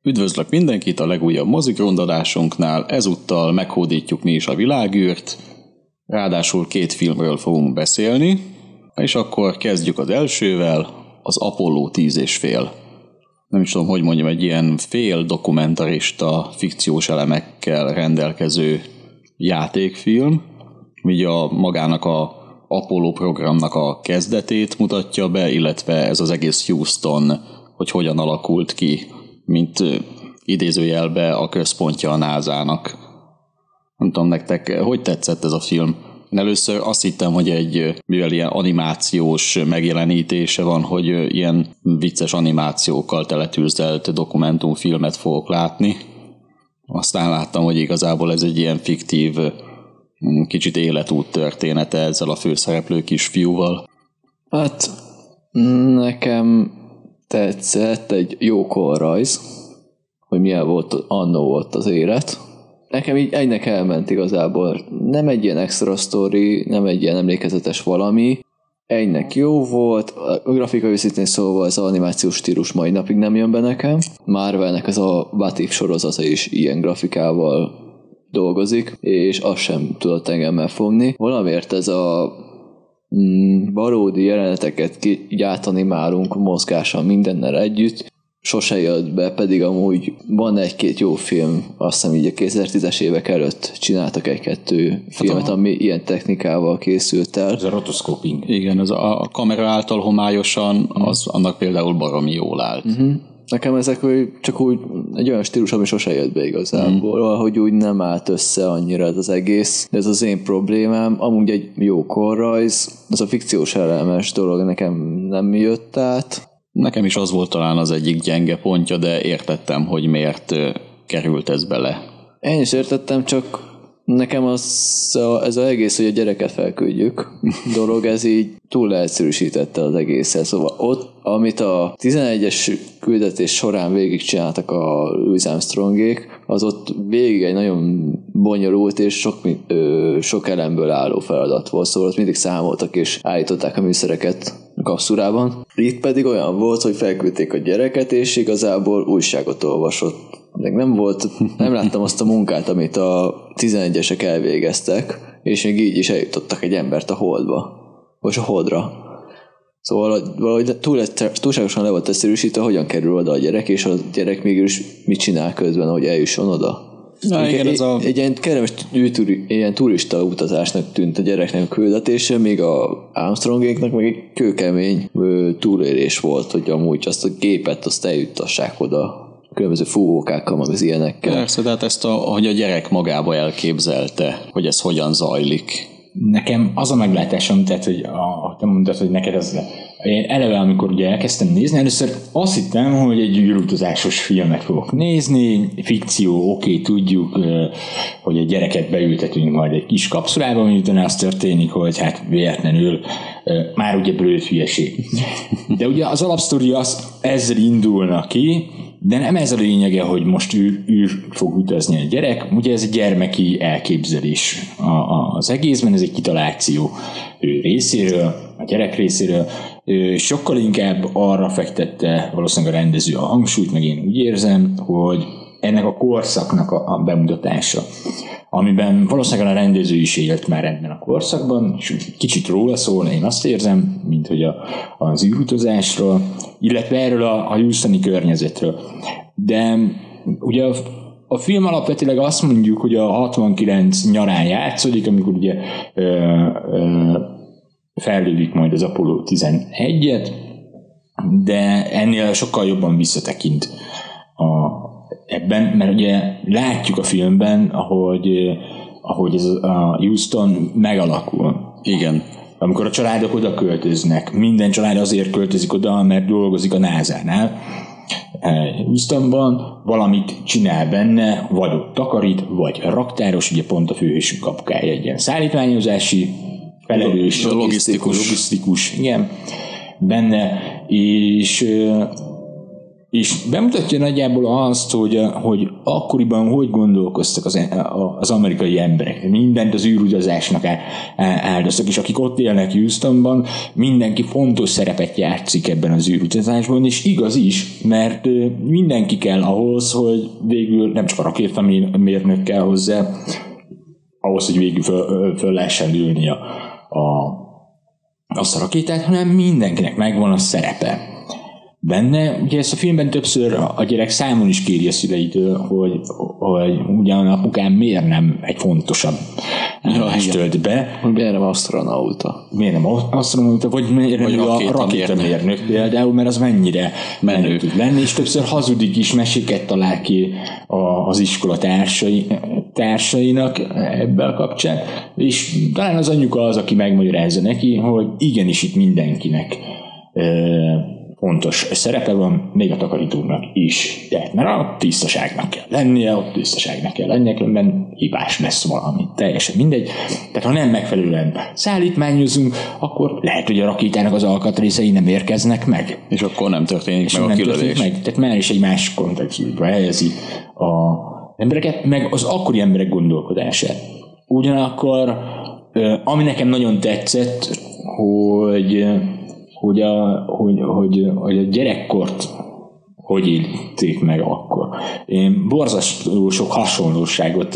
Üdvözlök mindenkit a legújabb mozigrondadásunknál, ezúttal meghódítjuk mi is a világűrt, ráadásul 2 filmről fogunk beszélni, és akkor kezdjük az elsővel, az Apollo 10,5. Nem is tudom, hogy mondjam, egy ilyen fél dokumentarista, fikciós elemekkel rendelkező játékfilm, így magának a Apollo programnak a kezdetét mutatja be, illetve ez az egész Houston, hogy hogyan alakult ki, mint idézőjelbe a központja a NASA-nak. Nem tudom nektek, hogy tetszett ez a film? Először azt hittem, hogy mivel ilyen animációs megjelenítése van, hogy ilyen vicces animációkkal teletűzdelt dokumentumfilmet fogok látni. Aztán láttam, hogy igazából ez egy ilyen fiktív, kicsit életút története ezzel a főszereplő kisfiúval. Hát nekem tetszett egy jó korrajz, hogy milyen volt annó volt az élet. Nekem így egynek elment igazából. Nem egy ilyen extra sztori, nem egy ilyen emlékezetes valami. Egynek jó volt, a grafika őszintén szóval ez az animációs stílus mai napig nem jön be nekem. Marvelnek ez a What If sorozata is ilyen grafikával dolgozik, és azt sem tudott engem megfogni. Valamiért ez a valódi jeleneteket így átanimálunk mozgással mindennel együtt, sose jött be, pedig amúgy van egy-két jó film, azt hiszem így a 2010-es évek előtt csináltak egy-kettő filmet, ami ilyen technikával készült el. Ez a rotoszkóping. Igen, ez a kamera által homályosan, az annak például baromi jól állt. Nekem ezek csak úgy egy olyan stílus, ami sose jött be igazából, valahogy úgy nem állt össze annyira ez az egész. De ez az én problémám, amúgy egy jó korrajz, az a fikciós elemes dolog nekem nem jött át. Nekem is az volt talán az egyik gyenge pontja, de értettem, hogy miért került ez bele. Én is értettem, csak nekem ez az egész, hogy a gyereket felküldjük dolog, ez így túl leegyszerűsítette az egészet. Szóval ott, amit a 11-es küldetés során végigcsináltak a Louis Armstrongék, az ott végig egy nagyon bonyolult és sok elemből álló feladat volt, szóval ott mindig számoltak és állították a műszereket a kapszulában. Itt pedig olyan volt, hogy felküldték a gyereket, és igazából újságot olvasott. Nem láttam azt a munkát, amit a 11-esek elvégeztek, és még így is eljutottak egy embert a holdba, vagy a holdra. Szóval valahogy túlságosan le volt egyszerűsítve, hogyan kerül oda a gyerek, és a gyerek mégis mit csinál közben, hogy eljusson oda. Egy ilyen kellemes ilyen turista utazásnak tűnt a gyereknek a küldetése, még a Armstrongéknak meg egy kőkemény túlélés volt, hogy amúgy azt a gépet azt eljuttassák oda különböző fúvókákkal, meg az ilyenekkel. Persze, tehát ezt hogy a gyerek magába elképzelte, hogy ez hogyan zajlik. Nekem az a meglátásom, tehát, hogy te mondtad, hogy neked az én eleve, amikor ugye elkezdtem nézni, először azt hittem, hogy egy űrutazásos filmet fogok nézni, fikció, oké, tudjuk, hogy egy gyereket beültetünk majd egy kis kapszulába, miután az történik, hogy hát véletlenül már ugye blöd hülyeség. De ugye az alapsztori az ezzel indulna ki, de nem ez a lényege, hogy most ő fog utazni a gyerek, ugye ez egy gyermeki elképzelés az egészben, ez egy kitaláció ő részéről, a gyerek részéről, sokkal inkább arra fektette valószínűleg a rendező a hangsúlyt, meg én úgy érzem, hogy ennek a korszaknak a bemutatása, amiben valószínűleg a rendező is élt már ebben a korszakban, és kicsit róla szól, én azt érzem, mint hogy az űrutazásról, illetve erről a houstoni környezetről. De ugye a film alapvetőleg azt mondjuk, hogy a 69 nyarán játszódik, amikor ugye fellövik majd az Apollo 11-et, de ennél sokkal jobban visszatekint ebben, mert ugye látjuk a filmben, ahogy ez a Houston megalakul. Igen. Amikor a családok oda költöznek, minden család azért költözik oda, mert dolgozik a NASA-nál. Houstonban valamit csinál benne, vagy ott takarít, vagy raktáros, ugye pont a főhősünk kapukája egy ilyen szállítmányozási felelős, logisztikus, igen, benne, és és bemutatja nagyjából azt, hogy akkoriban hogy gondolkoztak az amerikai emberek. Mindent az űrutazásnak áldoztak, és akik ott élnek Houstonban, mindenki fontos szerepet játszik ebben az űrutazásban, és igaz is, mert mindenki kell ahhoz, hogy végül nem csak a rakétamérnök kell hozzá, ahhoz, hogy végül föl lehessen ülni azt a rakétát, hanem mindenkinek megvan a szerepe benne. Ugye ezt a filmben többször a gyerek számon is kéri a szüleitől, hogy ugyan apukám miért nem egy fontosabb állást tölt be. Hogy miért nem asztronauta? Miért nem asztronauta, vagy miért nem a rakétamérnök például, mert az mennyire menő tud lenni, és többször hazudik is, meséket talál ki az iskola társainak ebben kapcsán, és talán az anyuka az, aki megmagyarázza neki, hogy igenis itt mindenkinek fontos szerepe van, még a takarítónak is. Mert a tisztaságnak kell lennie, ott tisztaságnak kell lennie, különben hibás lesz valami. Teljesen mindegy. Tehát ha nem megfelelően szállítmányozunk, akkor lehet, hogy a rakétának az alkatrészei nem érkeznek meg. És akkor nem történik meg a kilövés. Tehát már is egy más kontextusba helyezi az embereket, meg az akkori emberek gondolkodását. Ugyanakkor, ami nekem nagyon tetszett, hogy a gyerekkort hogy élték meg akkor. Én borzasztó sok hasonlóságot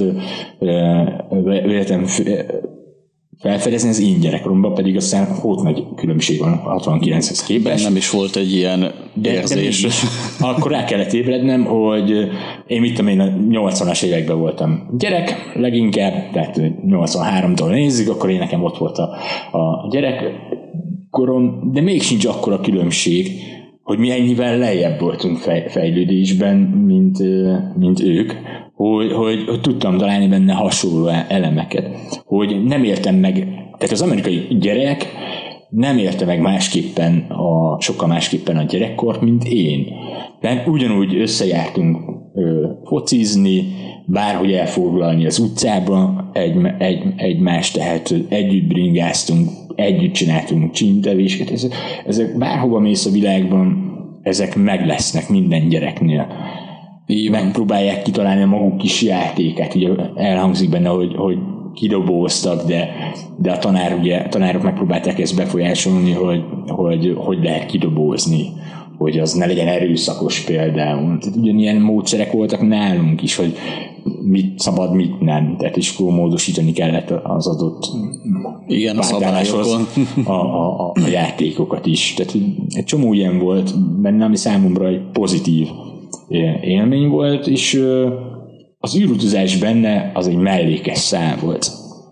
véltem felfedezni az én gyerekkoromban, pedig aztán hót nagy különbség van 69-hez képest. Nem is volt egy ilyen érzés. De akkor rá kellett ébrednem, hogy én mit tudom én, a 80-as években voltam gyerek, leginkább, tehát 83-tól nézzük, akkor én nekem ott volt a gyerekkorom, de még sincs akkora különbség, hogy mi ennyivel lejjebb voltunk fejlődésben, mint ők, hogy tudtam találni benne hasonló elemeket, hogy nem éltem meg, tehát az amerikai gyerek nem élte meg sokkal másképpen a gyerekkort, mint én. De ugyanúgy összejártunk focizni, bárhogy elfoglalni az utcába egymást, tehát együtt bringáztunk, együtt csináltunk csíntevéseket. Ezek bárhova mész a világban, ezek meg lesznek minden gyereknél. Megpróbálják kitalálni a maguk kis játékát. Ugye elhangzik benne, hogy kidobóztak, de a tanárok megpróbálták ezt befolyásolni, hogy lehet kidobózni, hogy az ne legyen erőszakos például. Tehát ugyanilyen módszerek voltak nálunk is, hogy mit szabad, mit nem. Tehát is módosítani kellett az adott a szabályokon a játékokat is. Tehát egy csomó ilyen volt benne, ami számomra egy pozitív élmény volt, és az űrutazás benne az egy mellékes szál volt.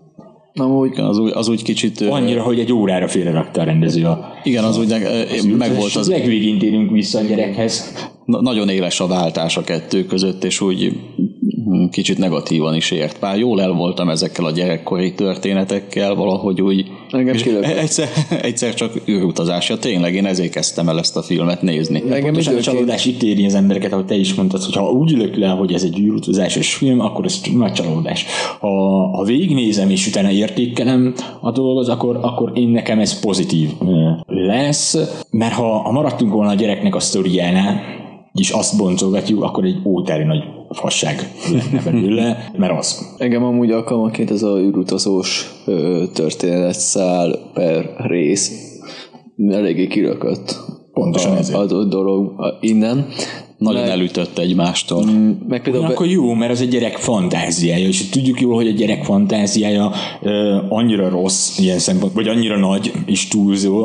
Az úgy kicsit... Annyira, hogy egy órára félrerakta a rendező igen, az úgy meg volt az... Legvégén térünk vissza a gyerekhez. Nagyon éles a váltás a kettő között, és úgy kicsit negatívan is ért. Bár jól el voltam ezekkel a gyerekkori történetekkel, valahogy úgy... Egyszer csak űrutazásja. Tényleg én ezért kezdtem el ezt a filmet nézni. Pontosan a csalódás itt éri az embereket, ahogy te is mondtad, hogy ha úgy ülök le, hogy ez egy űrutazásos film, akkor ez nagy csalódás. Ha végignézem és utána értékelem a dolgot, akkor én nekem ez pozitív lesz, mert ha maradtunk volna a gyereknek a sztoriánál, és azt boncolgatjuk, akkor egy ótári nagy fasság lenne belőle, mert az. Engem amúgy alkalmanként ez a űrutazós történetszál per rész eléggé kirökött. Pontosan ezért. A dolog innen. Nagyon elütött egymástól. Meg például akkor jó, mert az egy gyerek fantáziája, és tudjuk jól, hogy a gyerek fantáziája annyira rossz ilyen szempont, vagy annyira nagy és túlzó,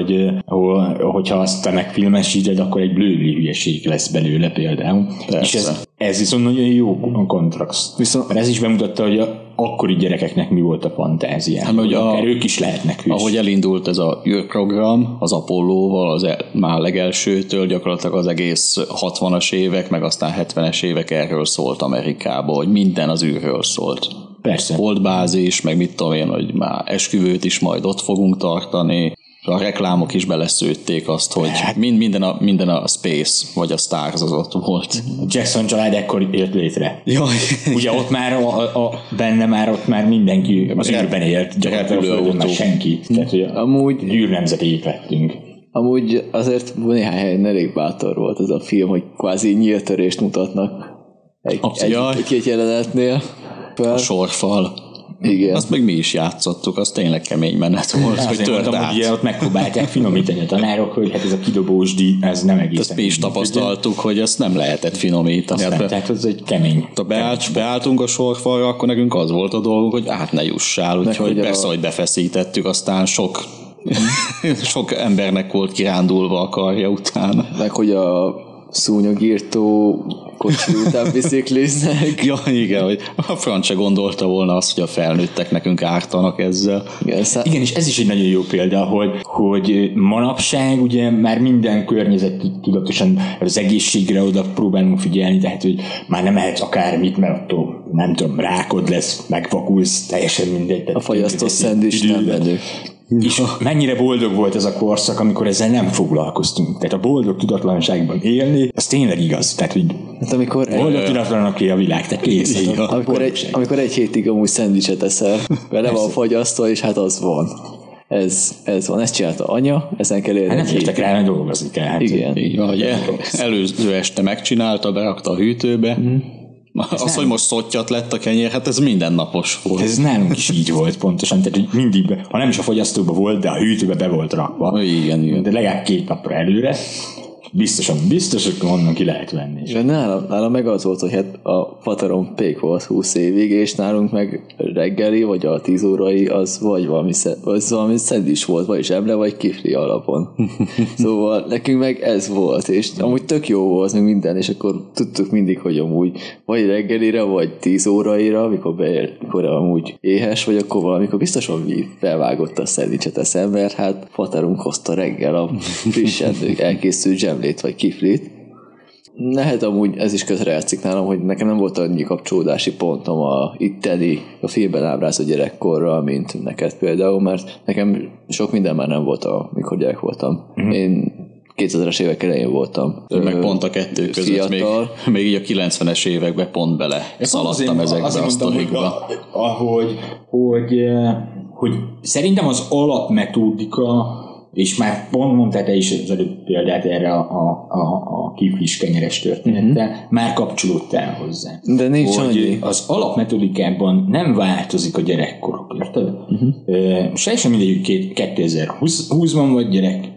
hogyha azt te megfilmesíted, akkor egy blővi hülyeség lesz belőle például. Persze. És ez viszont nagyon jó kontraszt. Viszont ez is bemutatta, hogy akkori gyerekeknek mi volt a fantázia. Ők is lehetnek hűs. Ahogy elindult ez a űrprogram, az Apollóval, már legelsőtől gyakorlatilag az egész 60-as évek, meg aztán 70-es évek erről szólt Amerikában, hogy minden az űrről szólt. Persze. Volt bázis, meg mit tudom én, hogy már esküvőt is majd ott fogunk tartani. A reklámok is beleszőtték azt, hogy minden a Space, vagy a Stars az ott volt. Jackson család ekkor jött létre. Jaj. Ugye ott már ott már mindenki az űrben élt, gyakorlatilag már senki. Tehát, hogy amúgy űrnemzetiek lettünk. Amúgy azért néhány helyen elég bátor volt ez a film, hogy kvázi nyílt törést mutatnak egy-két jelenetnél. A sorfal. Igen. Azt meg mi is játszottuk, az tényleg kemény menet volt, hogy tört át. Hogy ott megpróbálták finomítani a tanárok, hogy hát ez a kidobósdi, ez nem egészen. Ezt mi is tapasztaltuk, hogy ezt nem lehetett finomítani. Tehát ez egy kemény. Ha beálltunk a sorfalra, akkor nekünk az volt a dolgunk, hogy át ne jussál, úgyhogy persze, hogy befeszítettük, aztán sok embernek volt kirándulva a karja utána. Meg hogy a szúnyogírtó kocsi után bicikliznek. Ja, igen, hogy a franc se gondolta volna azt, hogy a felnőttek nekünk ártanak ezzel. Igen, és ez is egy nagyon jó példa, hogy manapság ugye már minden környezet tudatosan az egészségre oda próbálunk figyelni, tehát hogy már nem ehetsz akármit, mert attól nem tudom, rákod lesz, megvakulsz, teljesen mindegy. A fagyasztott szendvics nem menő. És mennyire boldog volt ez a korszak, amikor ezzel nem foglalkoztunk. Tehát a boldog tudatlanságban élni, az tényleg igaz. Tehát, hogy hát amikor boldog tudatlanok a világ, tehát kész. Amikor egy hétig amúgy szendvicset eszel, vele van fagyasztva, és hát az van. Ez van, ezt csinálta anya, ezen kell élni. Hát nem jöttek rá, hogy dolgozni kell. Hát igen. Így van, hogy előző este megcsinálta, berakta a hűtőbe. Az, hogy most szottyat lett a kenyér, hát ez mindennapos volt. Ez nálunk is így volt pontosan, tehát hogy mindig, ha nem is a fogyasztóba volt, de a hűtőbe be volt rakva. Igen. De legalább 2 napra előre. Biztos, hogy onnan ki lehet venni. És nálam meg az volt, hogy hát a pataron pék volt 20 évig, és nálunk meg reggeli, vagy a 10 órai, az vagy valami szendvics volt, vagy zsemle, vagy kifli alapon. Szóval nekünk meg ez volt, és amúgy tök jó volt meg minden, és akkor tudtuk mindig, hogy amúgy vagy reggelire, vagy 10 óraira, mikor amúgy éhes, vagy akkor valamikor biztos valami felvágott a szendvicset eszem, mert hát patarunk hozta reggel a frissen elkészült zsemlét vagy kiflit. Lehet amúgy ez is közrejátszik nálam, hogy nekem nem volt annyi kapcsolódási pontom a filmben ábrázolt gyerekkorral, mint neked például, mert nekem sok minden már nem volt, amikor gyerek voltam. Én 2000-es évek elején voltam. Meg pont a kettő között még így a 90-es években pont bele szaladtam ezekbe a sztorikba. Hogy szerintem az alapmetódika, és már pont mondtál te is az előbb példát erre a kiflis kenyeres történettel, már kapcsolódtál hozzá. De nincs annyi. Az alapmetodikában nem változik a gyerekkorok, érted? Teljesen mindegy, hogy 2020-ban vagy gyerek,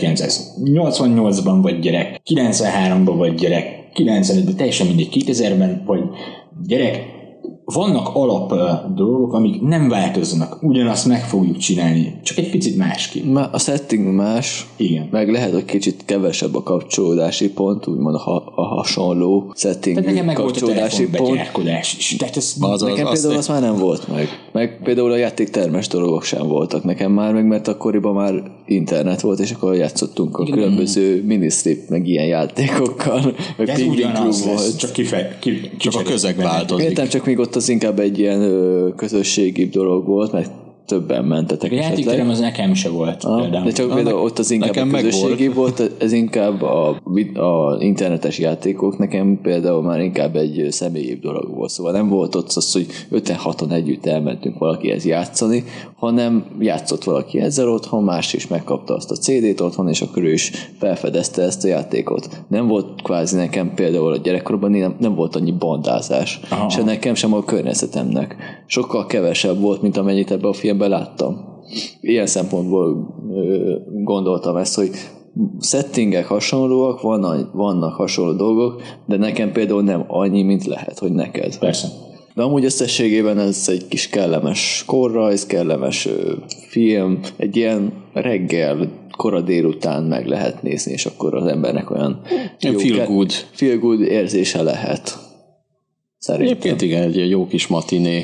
1988-ban vagy gyerek, 93-ban vagy gyerek, 95-ben, teljesen mindegy, 2000-ben vagy gyerek. Vannak alap dolgok, amik nem változnak. Ugyanazt meg fogjuk csinálni, csak egy picit másképp. A setting más, igen. Meg lehet, hogy kicsit kevesebb a kapcsolódási pont, úgymond a hasonló setting kapcsolódási pont. Is. Nekem például az már nem volt meg. Meg például a játéktermes dolgok sem voltak nekem már meg, mert akkoriban már internet volt, és akkor játszottunk a különböző ministrip, meg ilyen játékokkal, meg Pingvin Club volt. Csak a közeg változik. Értem, csak még ott az inkább egy ilyen közösségi dolog volt, mert többen mentetek. A játékterem az nekem se volt. De csak például ott az inkább a közösségi volt, ez inkább a internetes játékok, nekem például már inkább egy személyibb dolog volt. Szóval nem volt ott az, hogy 5-6-on együtt elmentünk valakihez játszani, hanem játszott valaki ezzel otthon, más is megkapta azt a CD-t otthon, és akkor ő is felfedezte ezt a játékot. Nem volt kvázi nekem például a gyerekkorban nem volt annyi bandázás. Aha. Se nekem, sem a környezetemnek. Sokkal kevesebb volt, mint amennyit ebben a filmben láttam. Ilyen szempontból gondoltam ezt, hogy settingek hasonlóak, vannak hasonló dolgok, de nekem például nem annyi, mint lehet, hogy neked. Persze. De amúgy összességében ez egy kis kellemes korrajz, kellemes film, egy ilyen reggel, kora délután meg lehet nézni, és akkor az embernek olyan feel good érzése lehet. Szerintem. Egyébként igen, egy jó kis matiné,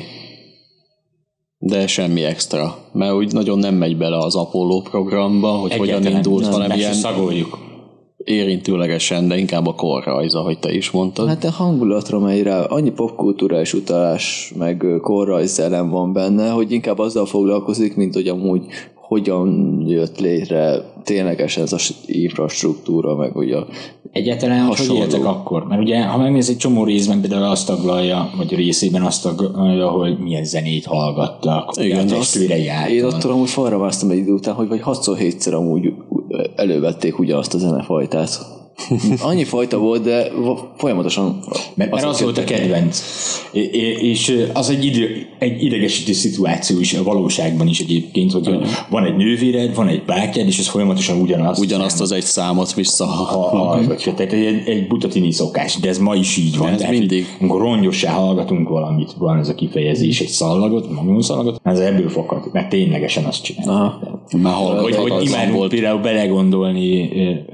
de semmi extra, mert úgy nagyon nem megy bele az Apollo programba, hogy egyetlen hogyan indult, hanem ilyen szagoljuk. Érintőlegesen, de inkább a korrajz, ahogy te is mondtad. Hát a hangulatra megy rá, annyi popkulturális utalás, meg korrajz elem van benne, hogy inkább azzal foglalkozik, mint hogy amúgy hogyan jött létre ténylegesen ez az infrastruktúra, meg ugye egyáltalán, hogy értek akkor? Mert ugye, ha megnéz egy csomó részben, például azt taglalja, vagy részében azt taglalja, hogy milyen zenét hallgattak, igen, a testvérei álltak. Én attól amúgy falra vártam egy idő után, hogy vagy 6-7-szer amúgy elővették ugyanazt a zenefajtát. Annyi fajta volt, de folyamatosan... Mert az volt a kedvenc. És az egy idegesítő szituáció is a valóságban is egyébként, hogy van egy nővéred, van egy bátyád, és ez folyamatosan ugyanazt az egy számot visszahallgatja. Tehát egy butatini szokás, de ez ma is így van. Ez tehát, mindig. Amikor rongyossá hallgatunk valamit, van ez a kifejezés, egy szallagot, magnószalagot, ez ebből fakad, mert ténylegesen azt csinál. Hogy imádunk például belegondolni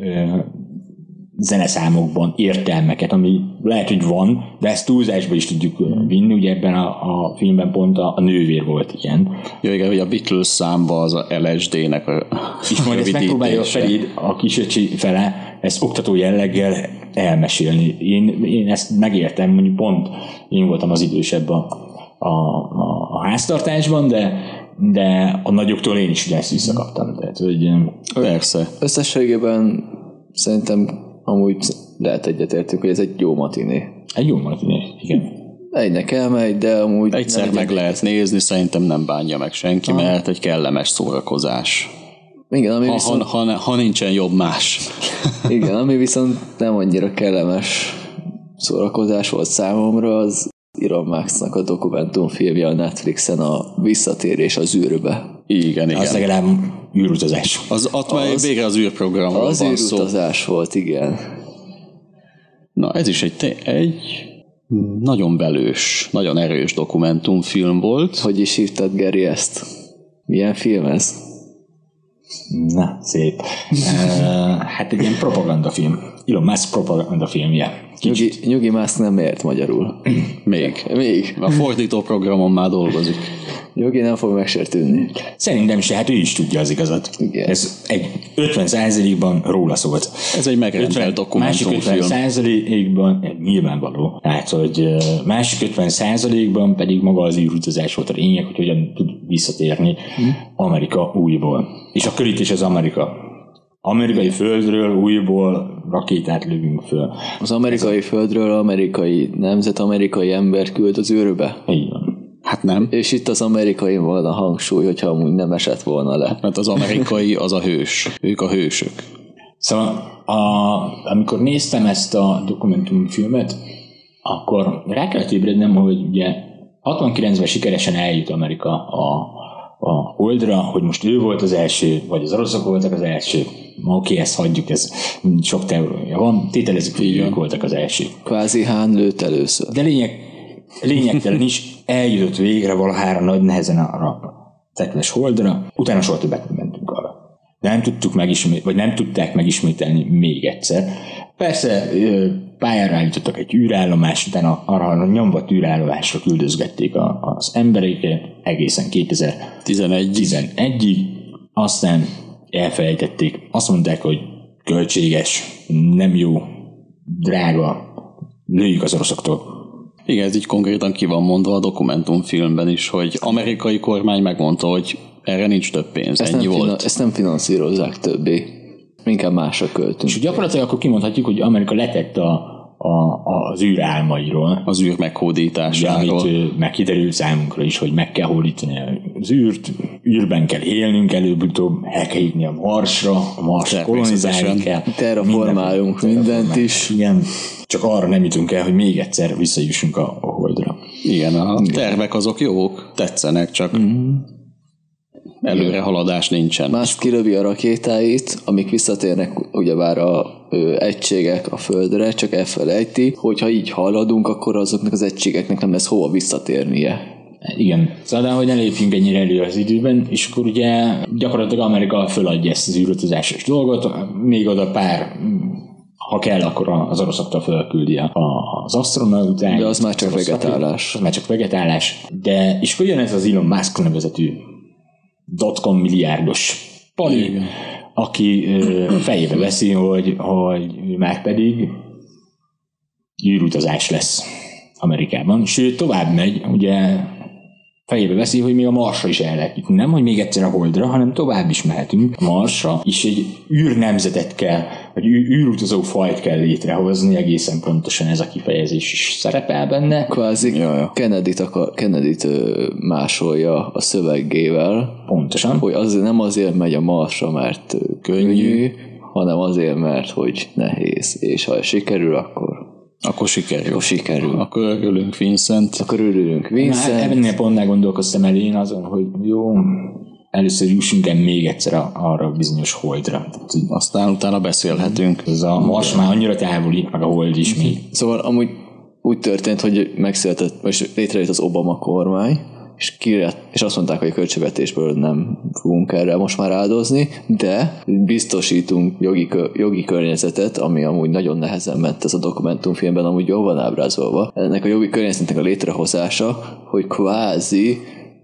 zeneszámokban értelmeket, ami lehet, hogy van, de ezt túlzásba is tudjuk vinni, ugye ebben a filmben pont a nővér volt ilyen. Jó, igen, hogy a Beatles számba az a LSD-nek a és majd ezt megpróbálja Ferid, a kisöcsi fele, ezt oktató jelleggel elmesélni. Én ezt megértem, mondjuk pont én voltam az idősebb a háztartásban, de a nagyoktól én is ezt visszakaptam. Tehát, hogy persze. Összességében szerintem amúgy lehet egyetértünk, hogy ez egy jó matiné. Egy jó matiné, igen. Egynek elmegy, de amúgy... Egyszer meg lehet nézni, szerintem nem bánja meg senki, mert egy kellemes szórakozás. Igen, ami viszont... ha nincsen jobb más. Igen, ami viszont nem annyira kellemes szórakozás volt számomra, az Elon Musknak a dokumentumfilmje a Netflixen, a Visszatérés az űrbe. Igen. Az legalább űrutazás. Ott már végre az űrprogramról van szó. Az űrutazás volt, igen. Na, ez is egy nagyon belős, nagyon erős dokumentumfilm volt. Hogy is hívtad, Geri, ezt? Milyen film ez? Na, szép. Hát egy ilyen propagandafilm. Elon Musk propagandafilmje. Nyugi Musk nem ért magyarul. Még. A fordító programon már dolgozik. Nyugi nem fog megsértődni. Szerintem se, hát ő is tudja az igazat. Igen. Ez egy 50%-ban róla szólt. Ez egy megrendelt dokumentumfilm. Másik 50%-ban nyilvánvaló. Tehát, hogy másik 50%-ban pedig maga az űrutazás volt a lényeg, hogy hogyan tud visszatérni Amerika újból. És akkor itt is az amerikai földről újból rakétát lövünk föl. Az amerikai földről amerikai nemzet, amerikai ember küld az űrbe. Így van. Hát nem. És itt az amerikai volna a hangsúly, hogyha amúgy nem esett volna le. Mert az amerikai az a hős. Ők a hősök. Szóval amikor néztem ezt a dokumentumfilmet, akkor rá kellett ébrednem, hogy ugye 69-ben sikeresen eljut Amerika a Holdra, hogy most ő volt az első, vagy az oroszok voltak az első. Oké, ezt hagyjuk, ez sok teória van. Tételezzük, hogy ők voltak az első. Kvázi Hán lőtt először. De lényegtelen is eljutott végre valahára nagy nehezen arra tetves Holdra, utána soha többet nem mentünk arra. Nem tudtuk vagy nem tudták megismételni még egyszer. Persze pályára állítottak egy űrállomás, utána arra a nyomvat űrállomásra küldözgették az embereket egészen 2011-ig, aztán elfelejtették. Azt mondták, hogy költséges, nem jó, drága, lőjük az oroszoktól. Igen, ez így konkrétan ki van mondva a dokumentumfilmben is, hogy amerikai kormány megmondta, hogy erre nincs több pénz, ennyi volt. Ezt nem finanszírozzák többé. Inkább másra költünk. És gyakorlatilag akkor kimondhatjuk, hogy Amerika letett az űrálmairól. Az űr meghódításáról. Amit megkiderült számunkra is, hogy meg kell hódítani az űrt, űrben kell élnünk előbb-utóbb, el kell jutni a Marsra, a Mars kolonizálni kell. Terraformáljunk mindent is. Igen, csak arra nem jutunk el, hogy még egyszer visszajussunk a Holdra. Igen, a tervek azok jók, tetszenek, csak előre haladás nincsen. Más kilövi a rakétáit, amik visszatérnek ugyebár a egységek a Földre, csak elfelejti, hogyha így haladunk, akkor azoknak az egységeknek nem lesz hova visszatérnie. Igen. Szóval, hogy ne lépjünk ennyire elő az időben, és akkor ugye gyakorlatilag Amerika föladja ezt az űrutázásos dolgot, még oda pár, ha kell, akkor az oroszoktól fölküldi az asztronautáit. De az már csak vegetálás. Az már csak vegetálás. De és akkor jön ez az Elon Musk nevezetű .com milliárdos pali, aki fejébe veszi, hogy már pedig űrutazás lesz Amerikában. Sőt, tovább megy, ugye fejébe veszi, hogy még a Marsra is el lehet jutni. Nem, hogy még egyszer a Holdra, hanem tovább is mehetünk a Marsra, és egy űrnemzetet kell, vagy űrutazó fajt kell létrehozni, egészen pontosan ez a kifejezés is szerepel benne. Kvázi Kennedy-t másolja a szöveggével. Pontosan. Hogy nem azért megy a Marsra, mert könnyű, hanem azért, mert hogy nehéz. És ha sikerül, akkor sikerül. Akkor örülünk, Vincent. Ebben pont gondolkoztam elén azon, hogy jó, először jussunk el még egyszer arra a bizonyos Holdra. Aztán utána beszélhetünk. Ez a Mars már annyira távoli, meg a Hold is még. Szóval amúgy úgy történt, hogy megszületett, vagy létrejött az Obama kormány, és azt mondták, hogy a költségvetésből nem fogunk erre most már áldozni, de biztosítunk jogi környezetet, ami amúgy nagyon nehezen ment ez a dokumentumfilmben, amúgy jól van ábrázolva. Ennek a jogi környezetnek a létrehozása, hogy kvázi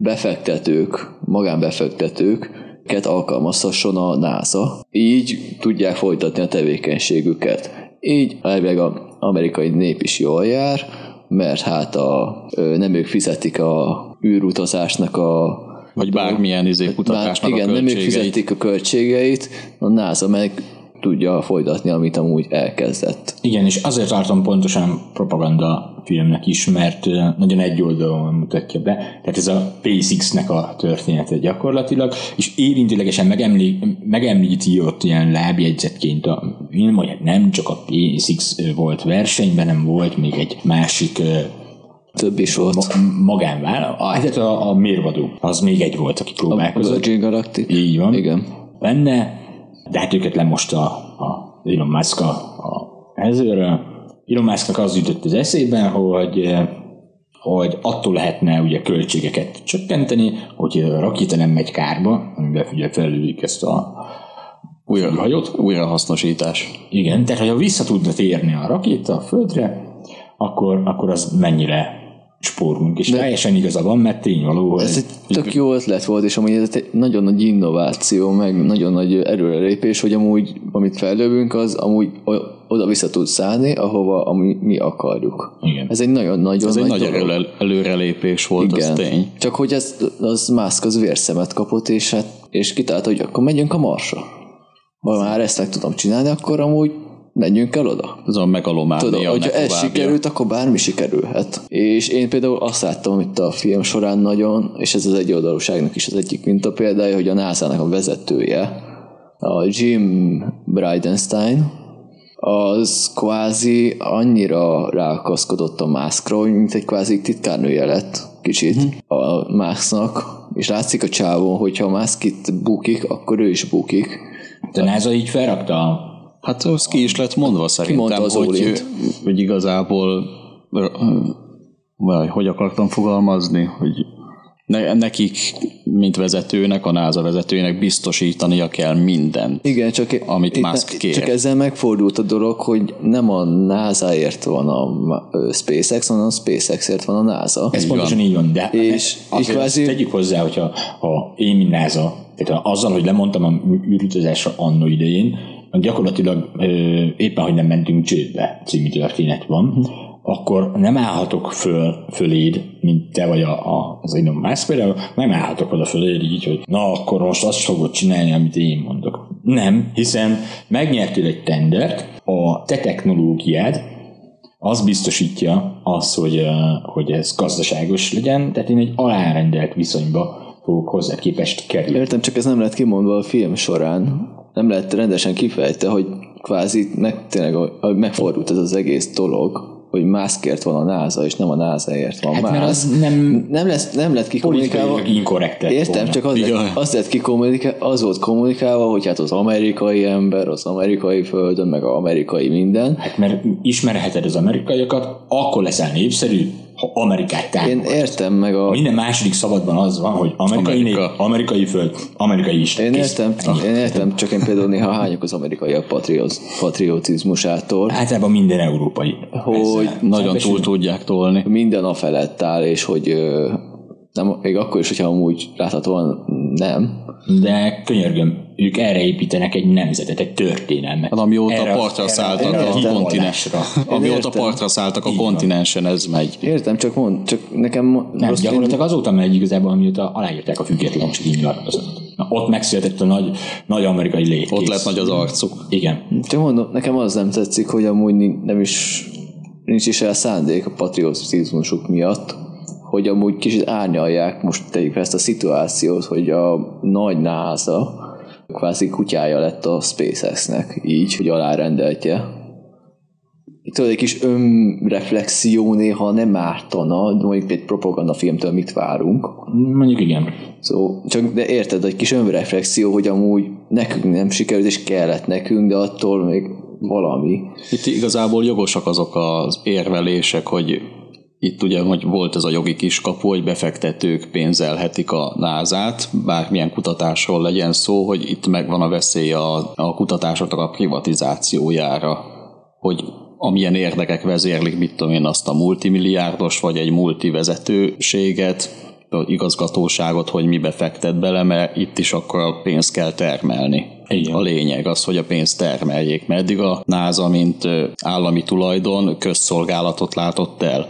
magánbefektetőket alkalmazhasson a NASA. Így tudják folytatni a tevékenységüket. Így elvileg az amerikai nép is jól jár, mert hát nem ők fizetik a űrutazásnak vagy bármilyen kutatásnak a költségeit. Nem ők fizetik a költségeit, a NASA meg tudja folytatni, amit amúgy elkezdett. Igen, és azért tartom pontosan propaganda filmnek is, mert nagyon egyoldalúan mutatja be. Tehát ez a SpaceX-nek a története gyakorlatilag, és érintilegesen megemlíti ott ilyen lábjegyzetként a film, hogy nem csak a SpaceX volt versenyben, nem volt még egy másik több is volt. Tehát a mérvadó, az még egy volt, aki próbálkozott. A Virgin Galactic. Így van. Igen. Benne, de hát őket lemosta Elon Musk a helyzőről. Elon Musknak az jutott az eszében, hogy attól lehetne ugye költségeket csökkenteni, hogy a rakéta nem megy kárba, amiben ugye felülik ezt a hajót. Újrahasznosítás. Igen, tehát ha vissza tudna térni a rakéta a Földre, akkor az mennyire spórunk, és teljesen igaza van, mert tényvaló, hogy... Ez egy tök jó ötlet volt, és amúgy ez egy nagyon nagy innováció, meg nagyon nagy előrelépés, hogy amúgy, amit fellövünk, az amúgy oda vissza tud szállni, ahova mi akarjuk. Igen. Ez egy nagyon-nagyon nagy előrelépés volt, igen. Az tény. Csak hogy az Musk az vérszemet kapott, és kitalálta, hogy akkor menjünk a Marsra. Ha már ezt meg tudom csinálni, akkor amúgy menjünk el oda. Ez a megalománia. Tudod, hogyha ez sikerült, akkor bármi sikerülhet. És én például azt láttam itt a film során nagyon, és ez az egyoldalúságnak is az egyik mintapéldája, hogy a NASA-nak a vezetője, a Jim Bridenstine, az kvázi annyira ráakaszkodott a Muskra, mint egy kvázi titkárnője lett kicsit a Musknak, és látszik a csávon, hogyha a Musk itt bukik, akkor ő is bukik. De NASA így felrakta. Hát az ki is lett mondva szerintem, hogy igazából hogy akartam fogalmazni, hogy nekik, mint vezetőnek, a NASA vezetőjének biztosítania kell mindent, igen, amit Musk kér. Csak ezzel megfordult a dolog, hogy nem a NASA-ért van a SpaceX, hanem a SpaceX-ért van a NASA. Ez pontosan így van, de és kvázi... tegyük hozzá, hogyha én, mint NASA, tehát azzal, hogy lemondtam a űrutazásra anno idején, gyakorlatilag éppen, hogy nem mentünk csődbe című történet van, akkor nem állhatok föléd, mint te vagy az Elon Musk, például nem állhatok oda föléd így, hogy na, akkor most azt fogod csinálni, amit én mondok. Nem, hiszen megnyertél egy tendert, a te technológiád az biztosítja azt, hogy ez gazdaságos legyen, tehát én egy alárendelt viszonyba fogok hozzá képest kerülni. Értem, csak ez nem lett kimondva a film során. Nem lett rendesen kifejtve, hogy kvázi tényleg megfordult ez az egész dolog, hogy Muskért van a NASA, és nem a NASA-ért van Musk. Mert az nem lett kikommunikálva. Értem, csak az volt kommunikálva, hogy hát az amerikai ember, az amerikai földön, meg az amerikai minden. Hát mert ismerheted az amerikaiakat, akkor leszel népszerű, ha Amerikát támogat. Én értem meg minden második szabadban az van, hogy amerikai föld, amerikai is. Én értem, csak én például néha hányok az amerikaiak patriotizmusától. Általában minden európai. Hogy nagyon túl tudják tolni. Minden a felett áll, és hogy nem, még akkor is, hogyha amúgy láthatóan nem. De könyörgöm, ők erre építenek egy nemzetet, egy történelmet. Amióta partra szálltak a kontinensre. Amióta partra szálltak a kontinensen, ez megy. Értem, csak nekem... Nem, gyakorlatilag azóta megy igazából, amióta aláírták a függetlenségi nyilatkozatot. Ott megszületett a nagy amerikai létkész. Ott lett nagy az arcuk. Igen. Csak mondom, nekem az nem tetszik, hogy amúgy nincs is el szándék a patriotizmusuk miatt, hogy amúgy kicsit árnyalják, most tegyük ezt a szituációt, hogy a nagy NASA kvázi kutyája lett a SpaceX-nek, így, hogy alárendeltje. Itt tudod, egy kis önreflexió néha nem ártana, mondjuk egy propagandafilmtől mit várunk. Mondjuk igen. Szóval, de érted, egy kis önreflexió, hogy amúgy nekünk nem sikerült, és kellett nekünk, de attól még valami. Itt igazából jogosak azok az érvelések, hogy itt ugye hogy volt ez a jogi kiskapu, hogy befektetők pénzelhetik a NASA-t, bármilyen kutatásról legyen szó, hogy itt megvan a veszély a kutatásoknak a privatizációjára, hogy amilyen érdekek vezérlik, mit tudom én, azt a multimilliárdos vagy egy multivezetőséget, igazgatóságot, hogy mi befektet bele, mert itt is akkor a pénzt kell termelni. Igen. A lényeg az, hogy a pénzt termeljék, mert eddig a NASA, mint állami tulajdon közszolgálatot látott el.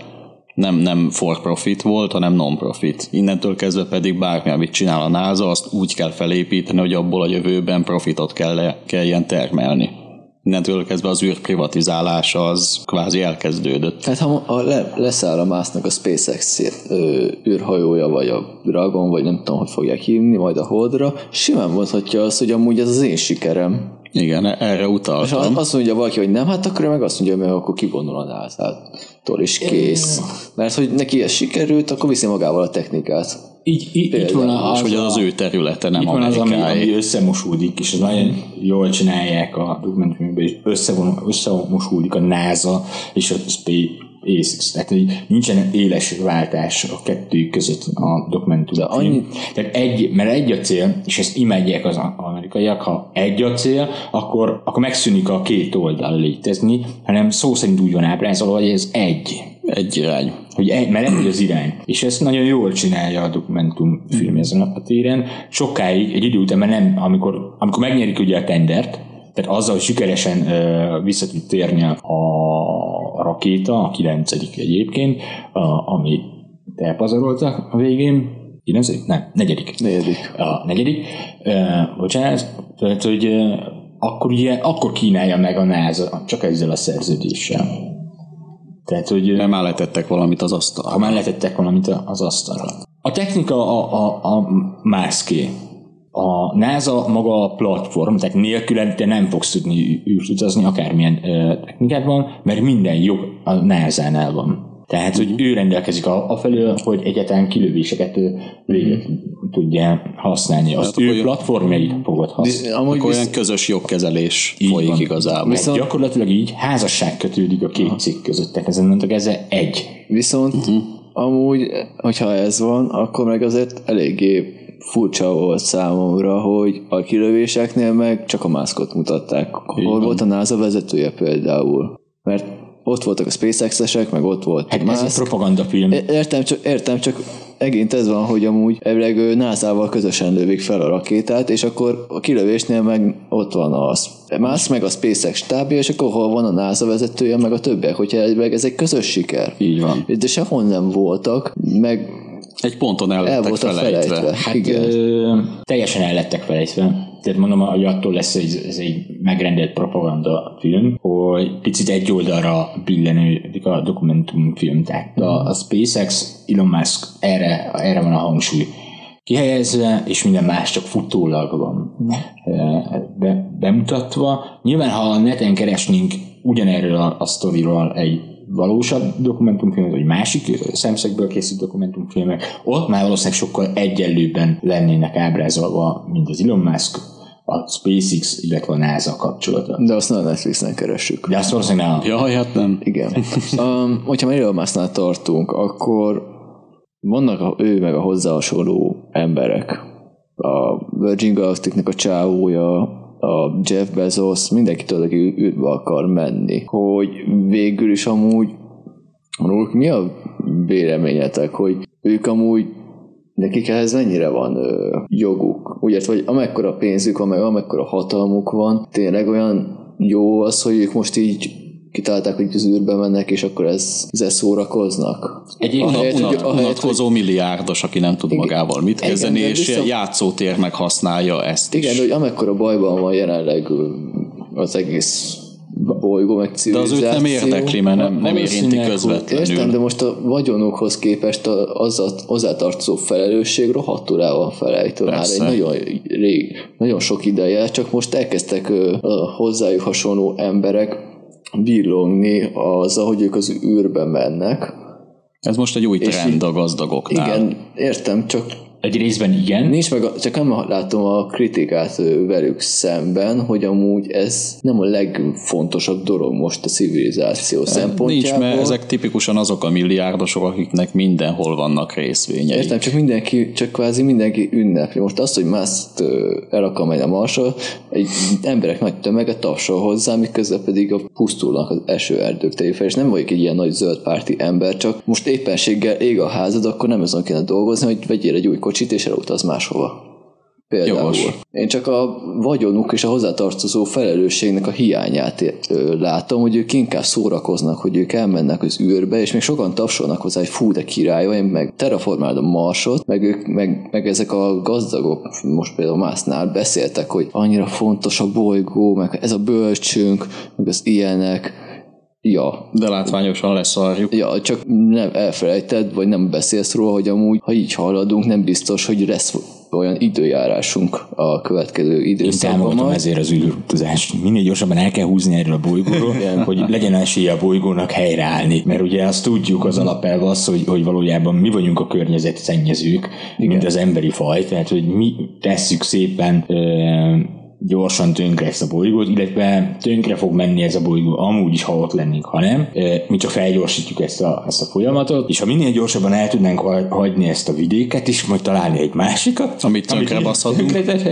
Nem for profit volt, hanem non-profit. Innentől kezdve pedig bármi, amit csinál a NASA, azt úgy kell felépíteni, hogy abból a jövőben profitot kelljen termelni. Innentől kezdve az űrprivatizálása az kvázi elkezdődött. Hát ha leszáll a Musknak a SpaceX űrhajója, vagy a Dragon, vagy nem tudom, hogy fogják hívni, majd a Holdra, simán mondhatja azt, hogy amúgy ez az én sikerem. Igen, erre utaltam. És ha azt mondja valaki, hogy nem, hát akkor meg azt mondja, hogy akkor kivonul a NASA-tól is kész. Mert hogy neki ez sikerült, akkor viszi magával a technikát. Itt van az, hogy az ő területe, nem amerikai. Ami összemosódik, és az nagyon jól csinálják a dokumentumokban, és összemosódik a NASA és a SpaceX. Tehát nincsen éles váltás a kettő között a dokumentumban. Tehát mert egy a cél, és ezt imádják az amerikaiak, ha egy a cél, akkor megszűnik a két oldal létezni, hanem szó szerint úgy van ábrázolva, hogy ez egy irány. Mert egy az irány. És ezt nagyon jól csinálja a dokumentumfilm ezen a téren. Sokáig, egy idő után, mert nem, amikor megnyerik ugye a tendert, tehát azzal, hogy sikeresen vissza tud térni a rakéta, a 9. egyébként, ami elpazaroltak a végén. 9? Nem, 4. A 4. Bocsánat. Tehát, hogy akkor kínálja meg a NASA csak ezzel a szerződéssel. Tehát, hogy nem már letettek valamit az asztalra. Ha már letettek valamit az asztalra. A technika a Muské. A NASA maga a platform, tehát nélkül te nem fogsz tudni űrutazni akármilyen technikát van, mert minden jog a NASA-nál van. Tehát, hogy ő rendelkezik afelől, hogy egyáltalán kilövéseket tudja használni. Azt ő platformjait fogod használni. Akkor olyan közös jogkezelés folyik van. Igazából. Viszont gyakorlatilag így házasság kötődik a két cikk között, tehát ezen mondtak, ez egy. Viszont amúgy, hogyha ez van, akkor meg azért eléggé furcsa volt számomra, hogy a kilövéseknél meg csak a Muskot mutatták. Hol volt a NASA vezetője például? Mert ott voltak a SpaceX-esek, meg ott volt a Musk. Ez egy propagandafilm. Értem, csak egint ez van, hogy amúgy elvileg NASA-val közösen lövik fel a rakétát, és akkor a kilövésnél meg ott van a Musk, meg a SpaceX stábja, és akkor hol van a NASA vezetője, meg a többiek, hogyha ez egy közös siker. Így van. De sehol nem voltak, meg egy ponton el voltak felejtve. Hát teljesen el lettek felejtve. Tehát mondom, hogy attól lesz, hogy ez egy megrendelt propaganda film, hogy picit egy oldalra billenődik a dokumentumfilm. Tehát a SpaceX, Elon Musk erre van a hangsúly kihelyezve, és minden más csak futólag van bemutatva. Nyilván, ha a neten keresnénk ugyanerről a sztoriról egy valósabb dokumentumfilmet, vagy másik szemszögből készült dokumentumfilmek, ott már valószínűleg sokkal egyenlőbben lennének ábrázolva, mint az Elon Musk, a SpaceX, illetve a NASA kapcsolata. De azt nem a Netflixen keressük. De azt valószínűleg nem. Jaj, hát nem. Igen. Hogyha már Elon Musknál tartunk, akkor vannak ő meg a hozzá hasonló emberek. A Virgin Galacticnek a csávója, a Jeff Bezos, mindenki tudod, aki űrbe akar menni. Hogy végül is amúgy róluk mi a véleményetek, hogy ők amúgy nekik ehhez mennyire van joguk? Úgy vagy amekkora pénzük van, meg amekkora hatalmuk van, tényleg olyan jó az, hogy ők most így kitalálták, hogy az űrbe mennek, és akkor ezzel szórakoznak. Egy unatkozó milliárdos, aki nem tud magával mit kezdeni, és játszótérnek használja ezt is. Igen, de hogy amekkora bajban van jelenleg az egész bolygó, meg civilizáció. De az őt nem érdekli, mert nem érinti közvetlenül. Értem, de most a vagyonukhoz képest az a hozzátartozó felelősség rohadtul el van felejtve. Már egy nagyon sok ideje, csak most elkezdtek a hozzájuk hasonló emberek bírlongni azzal, hogy ők az űrbe mennek. Ez most egy új trend a gazdagoknál. Igen, értem, csak egy részben igen. Nincs meg, csak nem látom a kritikát velük szemben, hogy amúgy ez nem a legfontosabb dolog most a civilizáció szempontjából. Nincs, mert ezek tipikusan azok a milliárdosok, akiknek mindenhol vannak részvényei. Értem, csak kvázi mindenki ünnepli. Most az, hogy Musk el akar menni a Marsra, egy emberek nagy tömege tapsol hozzá, miközben pedig a pusztulnak az esőerdők tejével, és nem vagyok egy ilyen nagy zöldpárti ember, csak most éppenséggel ég a házad, akkor nem azon kéne dolgozni, hogy vegyél egy új kocsit, és elutaz máshova. Például. Jogos. Én csak a vagyonuk és a hozzátartozó felelősségnek a hiányát látom, hogy ők inkább szórakoznak, hogy ők elmennek az űrbe, és még sokan tapsolnak hozzá, hogy fú, de király, én meg terraformálod a Marsot, meg ezek a gazdagok, most például Musknál beszéltek, hogy annyira fontos a bolygó, meg ez a bölcsünk, meg az ilyenek. Ja. De látványosan leszarjuk. Ja, csak nem elfelejted, vagy nem beszélsz róla, hogy amúgy, ha így haladunk, nem biztos, hogy lesz olyan időjárásunk a következő időszakban. Én támogatom ezért az űrutazást. Minél gyorsabban el kell húzni erről a bolygóról, hogy legyen esélye a bolygónak helyreállni. Mert ugye azt tudjuk, az alapelv az, hogy valójában mi vagyunk a környezetszennyezők, mint az emberi faj, tehát hogy mi tesszük szépen gyorsan tönkre ezt a bolygót, illetve tönkre fog menni ez a bolygó amúgy is, ha ott lennénk, ha nem. Mi csak felgyorsítjuk ezt a folyamatot, és ha minél gyorsabban el tudnánk hagyni ezt a vidéket, és majd találni egy másikat, amit tönkre baszhatunk,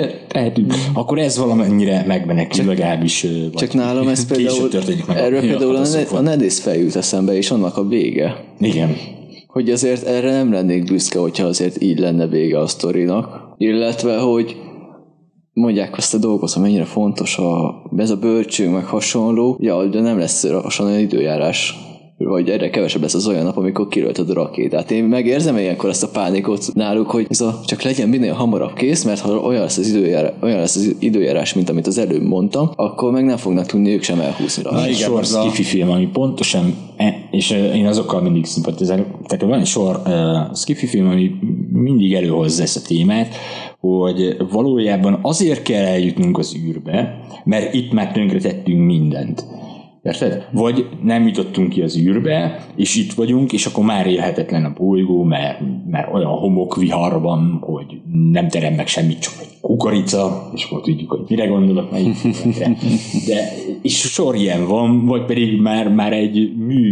akkor ez valamennyire megbenekül, legalábbis. Csak nálam ez például, erről például a Nedész feljut eszembe, és annak a vége. Igen. Hogy azért erre nem lennék büszke, hogyha azért így lenne vége a sztorinak, illetve, hogy mondják azt a dolgot, hogy mennyire fontos ez a bölcsünk, meg hasonló, ja, de nem lesz olyan időjárás, vagy erre kevesebb lesz az olyan nap, amikor kilöltöd a rakétát. Én megérzem ilyenkor ezt a pánikot náluk, hogy csak legyen minél hamarabb kész, mert ha olyan lesz az időjárás, mint amit az előbb mondtam, akkor meg nem fognak tudni ők sem elhúzni rá. Van egy sor sci-fi film, ami pontosan, és én azokkal mindig szimpatizálok, tehát van egy sor sci-fi film, ami mindig előhozza ezt a témát, hogy valójában azért kell eljutnunk az űrbe, mert itt már tönkretettünk mindent. Érted? Vagy nem jutottunk ki az űrbe, és itt vagyunk, és akkor már élhetetlen a bolygó, mert olyan homokvihar van, hogy nem terem meg semmit, csak egy kukorica, és akkor tudjuk, hogy mire gondolok, melyik filmekre. De és sor ilyen van, vagy pedig már egy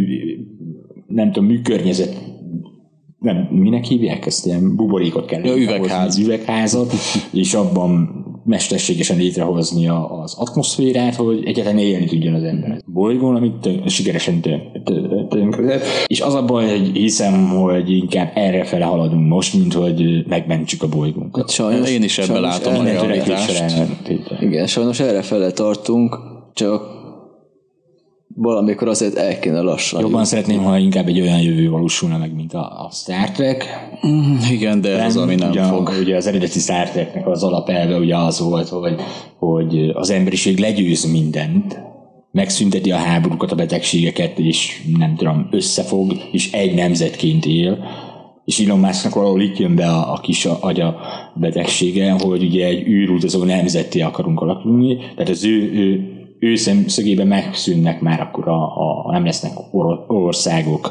műkörnyezet, nem, minek hívják ezt? Ilyen buborékot kell üvegházat, és abban mesterségesen létrehozni az atmoszférát, hogy egyáltalán élni tudjon az ember a bolygón, amit sikeresen tönkretett. És az a baj, hogy hiszem, hogy inkább errefele haladunk most, mint hogy megmentsük a bolygónkat. Sajnos, én is ebben látom a realitást. Igen, sajnos errefele tartunk, csak valamikor azért el kéne lassan. Jobban szeretném, ha inkább egy olyan jövő valósulna meg, mint a Star Trek. Igen, de ez az, ami nem fog. Ugye az eredeti Star Treknek az alapelve ugye az volt, hogy az emberiség legyőz mindent, megszünteti a háborúkat, a betegségeket, és nem tudom, összefog, és egy nemzetként él. És Elon Musknak valahol itt jön be a kis agya betegsége, hogy ugye egy űrutazó nemzetté akarunk alakulni, tehát az ő szemszögében megszűnnek már akkor nem lesznek országok,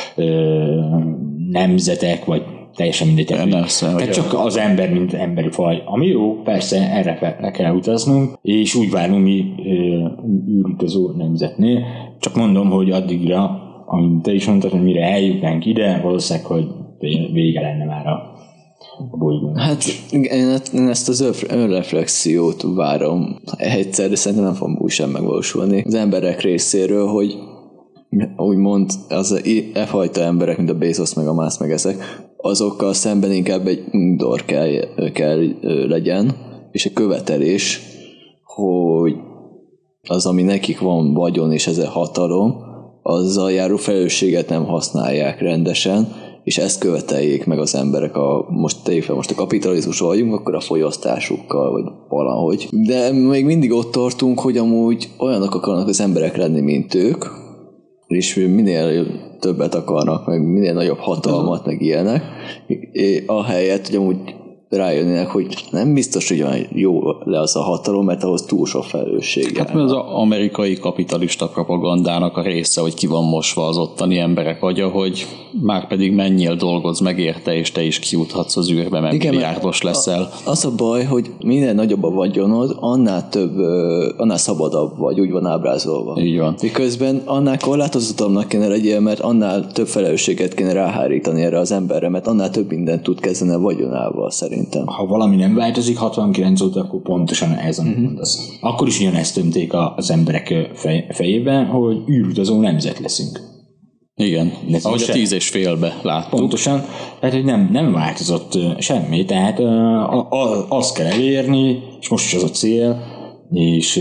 nemzetek, vagy teljesen mindegy. Tehát csak az ember, mint emberi faj. Ami jó, persze erre le kell utaznunk, és úgy várunk mi űrutazó nemzetnél. Csak mondom, hogy addigra, amit te is mondtad, hogy mire eljutnánk ide, valószínűleg, hogy vége lenne már a bolygón. Hát én ezt az önreflexiót várom egyszer, de szerintem nem fog úgy sem megvalósulni az emberek részéről, hogy úgymond az e fajta emberek, mint a Bezos meg a Musk meg ezek, azokkal szemben inkább egy undor kell legyen, és egy követelés, hogy az, ami nekik van vagyon és ez a hatalom, azzal járó felelősséget nem használják rendesen, és ezt követeljék meg az emberek, most a kapitalizmus vagyunk, akkor a fogyasztásukkal, vagy valahogy. De még mindig ott tartunk, hogy amúgy olyanok akarnak az emberek lenni, mint ők, és minél többet akarnak, meg minél nagyobb hatalmat, meg ilyenek, ahelyett, hogy amúgy rájönnének, hogy nem biztos, hogy olyan jó le az a hatalom, mert ahhoz túl sok felelősség. Hát az amerikai kapitalista propagandának a része, hogy ki van mosva az ottani emberek agya, hogy már pedig mennyire dolgozz meg érte, és te is kijuthatsz az űrbe, mert milliárdos leszel. Az a baj, hogy minél nagyobb a vagyonod, annál szabadabb vagy, úgy van ábrázolva. Így van. Miközben annál korlátozottabbnak kéne legyél, mert annál több felelősséget kéne ráhárítani erre az emberre, mert annál több mindent tud kezdeni a vagyonával szerintem. Ha valami nem változik 69 óta, akkor pontosan ez, amit mondasz. Akkor is ugyanezt tömték az emberek fejében, hogy űrutazó nemzet leszünk. Igen, ahogy a 10,5-be láttuk. Pontosan, tehát hogy nem változott semmi, tehát azt kell elérni, és most is az a cél, és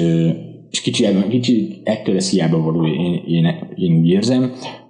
kicsi ettől ez hiába való, én úgy érzem,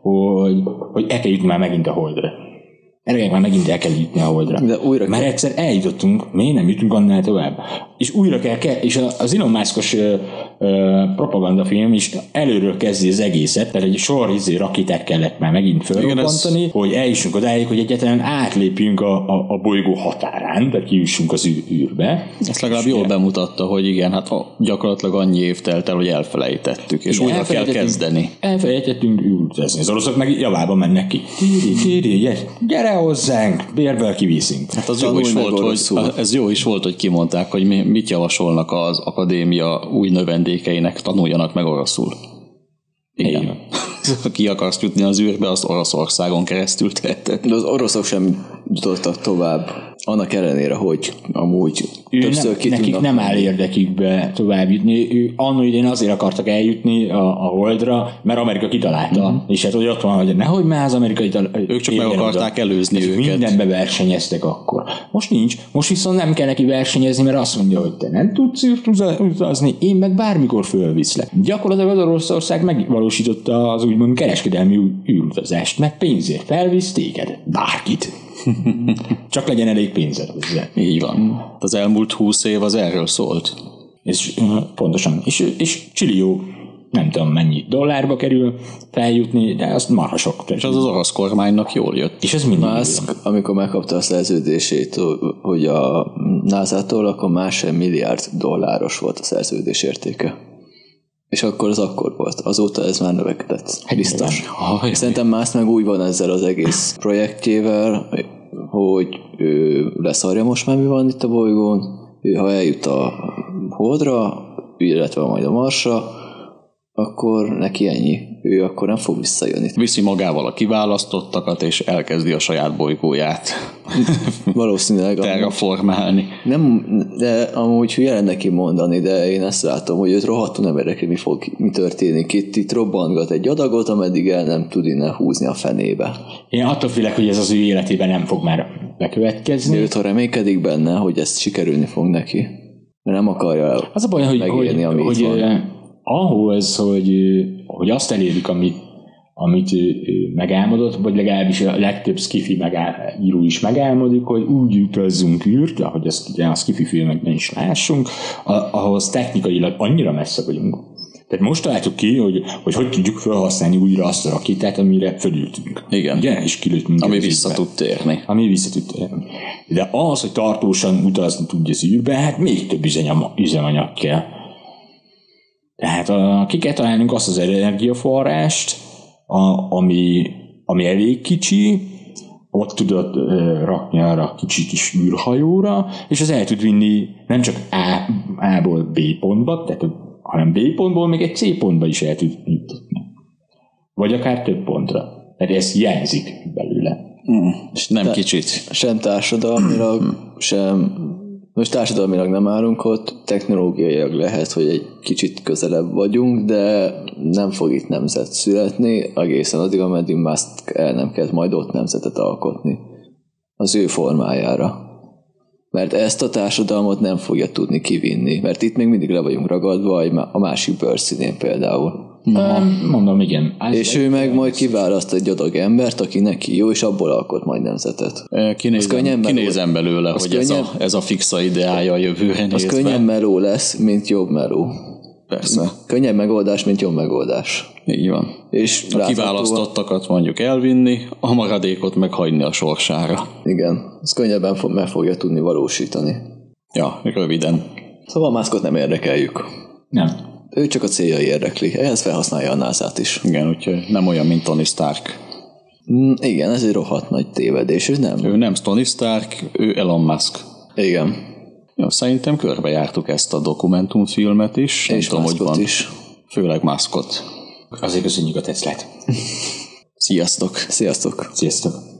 hogy el kell jutni már megint a Holdra. Már megint el kell jutni a Holdra. Már egyszer eljutottunk, miért nem jutunk annál tovább? És újra kell és az Elon Musk-os propagandafilm is előről kezdi az egészet, tehát egy sor rakétát kellett már megint felrobbantani, hogy eljussunk odáig, hogy egyáltalán átlépjünk a bolygó határán, tehát kijussunk az űrbe. Ezt legalább jól bemutatta, hogy igen, hát gyakorlatilag annyi év telt el, hogy elfelejtettük, és újra kell kezdeni. Elfelejtettünk űrutazni. Az oroszok meg javába mennek ki. Gyere hozzánk, bérből kiviszünk. Hát az jó is volt, ez jó is volt, hogy kimondták, hogy mit javasolnak az akadémia új növendékeinek, tanuljanak meg oroszul. Igen. Ki akarsz jutni az űrbe, azt Oroszországon keresztül teheted. De az oroszok sem jutottak tovább, annak ellenére, hogy amúgy többször nekik nem áll érdekükbe tovább jutni. Annó idén azért akartak eljutni a Holdra, mert Amerika kitalálta. És hát hogy ott van, hogy nehogy már az amerikai ők csak meg akarták előzni őket. Mindenbe versenyeztek akkor. Most nincs. Most viszont nem kell neki versenyezni, mert azt mondja, hogy te nem tudsz utazni, én meg bármikor fölviszlek. Gyakorlatilag az Oroszország megvalósította az úgymond kereskedelmi űrutazást, meg pénzért felvisz téged. Bárkit. Csak legyen elég pénzed hozzá. Így van. Az elmúlt 20 év az erről szólt. És pontosan. És csillió, nem tudom mennyi dollárba kerül feljutni, de azt marha sok. És az orosz kormánynak jól jött. És ez mindig Musk, amikor megkapta a szerződését, hogy a NASA-tól, akkor $1,5 milliárd volt a szerződés értéke. És akkor az akkor volt. Azóta ez már növekedett. Biztos. Szerintem Musk meg úgy van ezzel az egész projektjével, hogy ő leszarja most már, mi van itt a bolygón. Ő, ha eljut a Holdra, illetve majd a Marsra, akkor neki ennyi. Ő akkor nem fog visszajönni. Viszi magával a kiválasztottakat, és elkezdi a saját bolygóját valószínűleg terraformálni. Nem, de amúgy hülye lenne neki mondani, de én ezt látom, hogy őt rohadtul nem érdekli, mi történik. Itt robbantgat egy adagot, ameddig el nem tud innen húzni a fenébe. Én attól félek, hogy ez az ő életében nem fog már bekövetkezni. Őt, ha reménykedik benne, hogy ez sikerülni fog neki. Mert nem akarja az a baj, megélni, hogy ahhoz, hogy azt elérjük, amit megálmodott, vagy legalábbis a legtöbb skifi író is megálmodik, hogy úgy utazzunk űrt, ahogy ezt ugye a skifi filmekben is lássunk, ahhoz technikailag annyira messze vagyunk. Tehát most találtuk ki, hogy tudjuk felhasználni újra azt a rakétát, amire fölültünk. Igen. Ugye? És kilőttünk. Ami vissza tud térni. De az, hogy tartósan utazni tudja az űrbe, hát még több üzemanyag kell. Tehát ki kell találnunk azt az energiaforrást, ami elég kicsi, ott tudod rakni arra kicsi kis űrhajóra, és az el tud vinni nem csak A-ból B pontba, hanem B pontból még egy C pontba is el tud jutni. Vagy akár több pontra. Tehát ez hiányzik belőle. És nem kicsit. Sem társadalmilag, most társadalmilag nem állunk ott, technológiailag lehet, hogy egy kicsit közelebb vagyunk, de nem fog itt nemzet születni, egészen addig, ameddig Musk el nem kezd majd ott nemzetet alkotni. az ő formájára. Mert ezt a társadalmat nem fogja tudni kivinni, mert itt még mindig le vagyunk ragadva a másik bőrszínén például. Mondom, igen. És ő meg majd kiválaszt egy adag embert, aki neki jó, és abból alkot majd nemzetet. Kinézem belőle, hogy ez a fixa ideája a jövőre nézve. Az könnyen meló lesz, mint jobb meló. Persze. Könnyebb megoldás, mint jobb megoldás. Így van. És a kiválasztottakat mondjuk elvinni, a maradékot meghagyni a sorsára. Igen, ez könnyebben meg fogja tudni valósítani. Ja, röviden. Szóval Muskot nem érdekeljük. Nem. Ő csak a céljai érdekli. Ehhez felhasználja a NASA-t is. Igen, úgyhogy nem olyan, mint Tony Stark. Igen, ez egy rohadt nagy tévedés, ő nem. Ő nem Tony Stark, ő Elon Musk. Igen. Jó, szerintem körbejártuk ezt a dokumentumfilmet is. És Muskot is. Főleg Muskot. Azért köszönjük a Teslát. Sziasztok! Sziasztok! Sziasztok!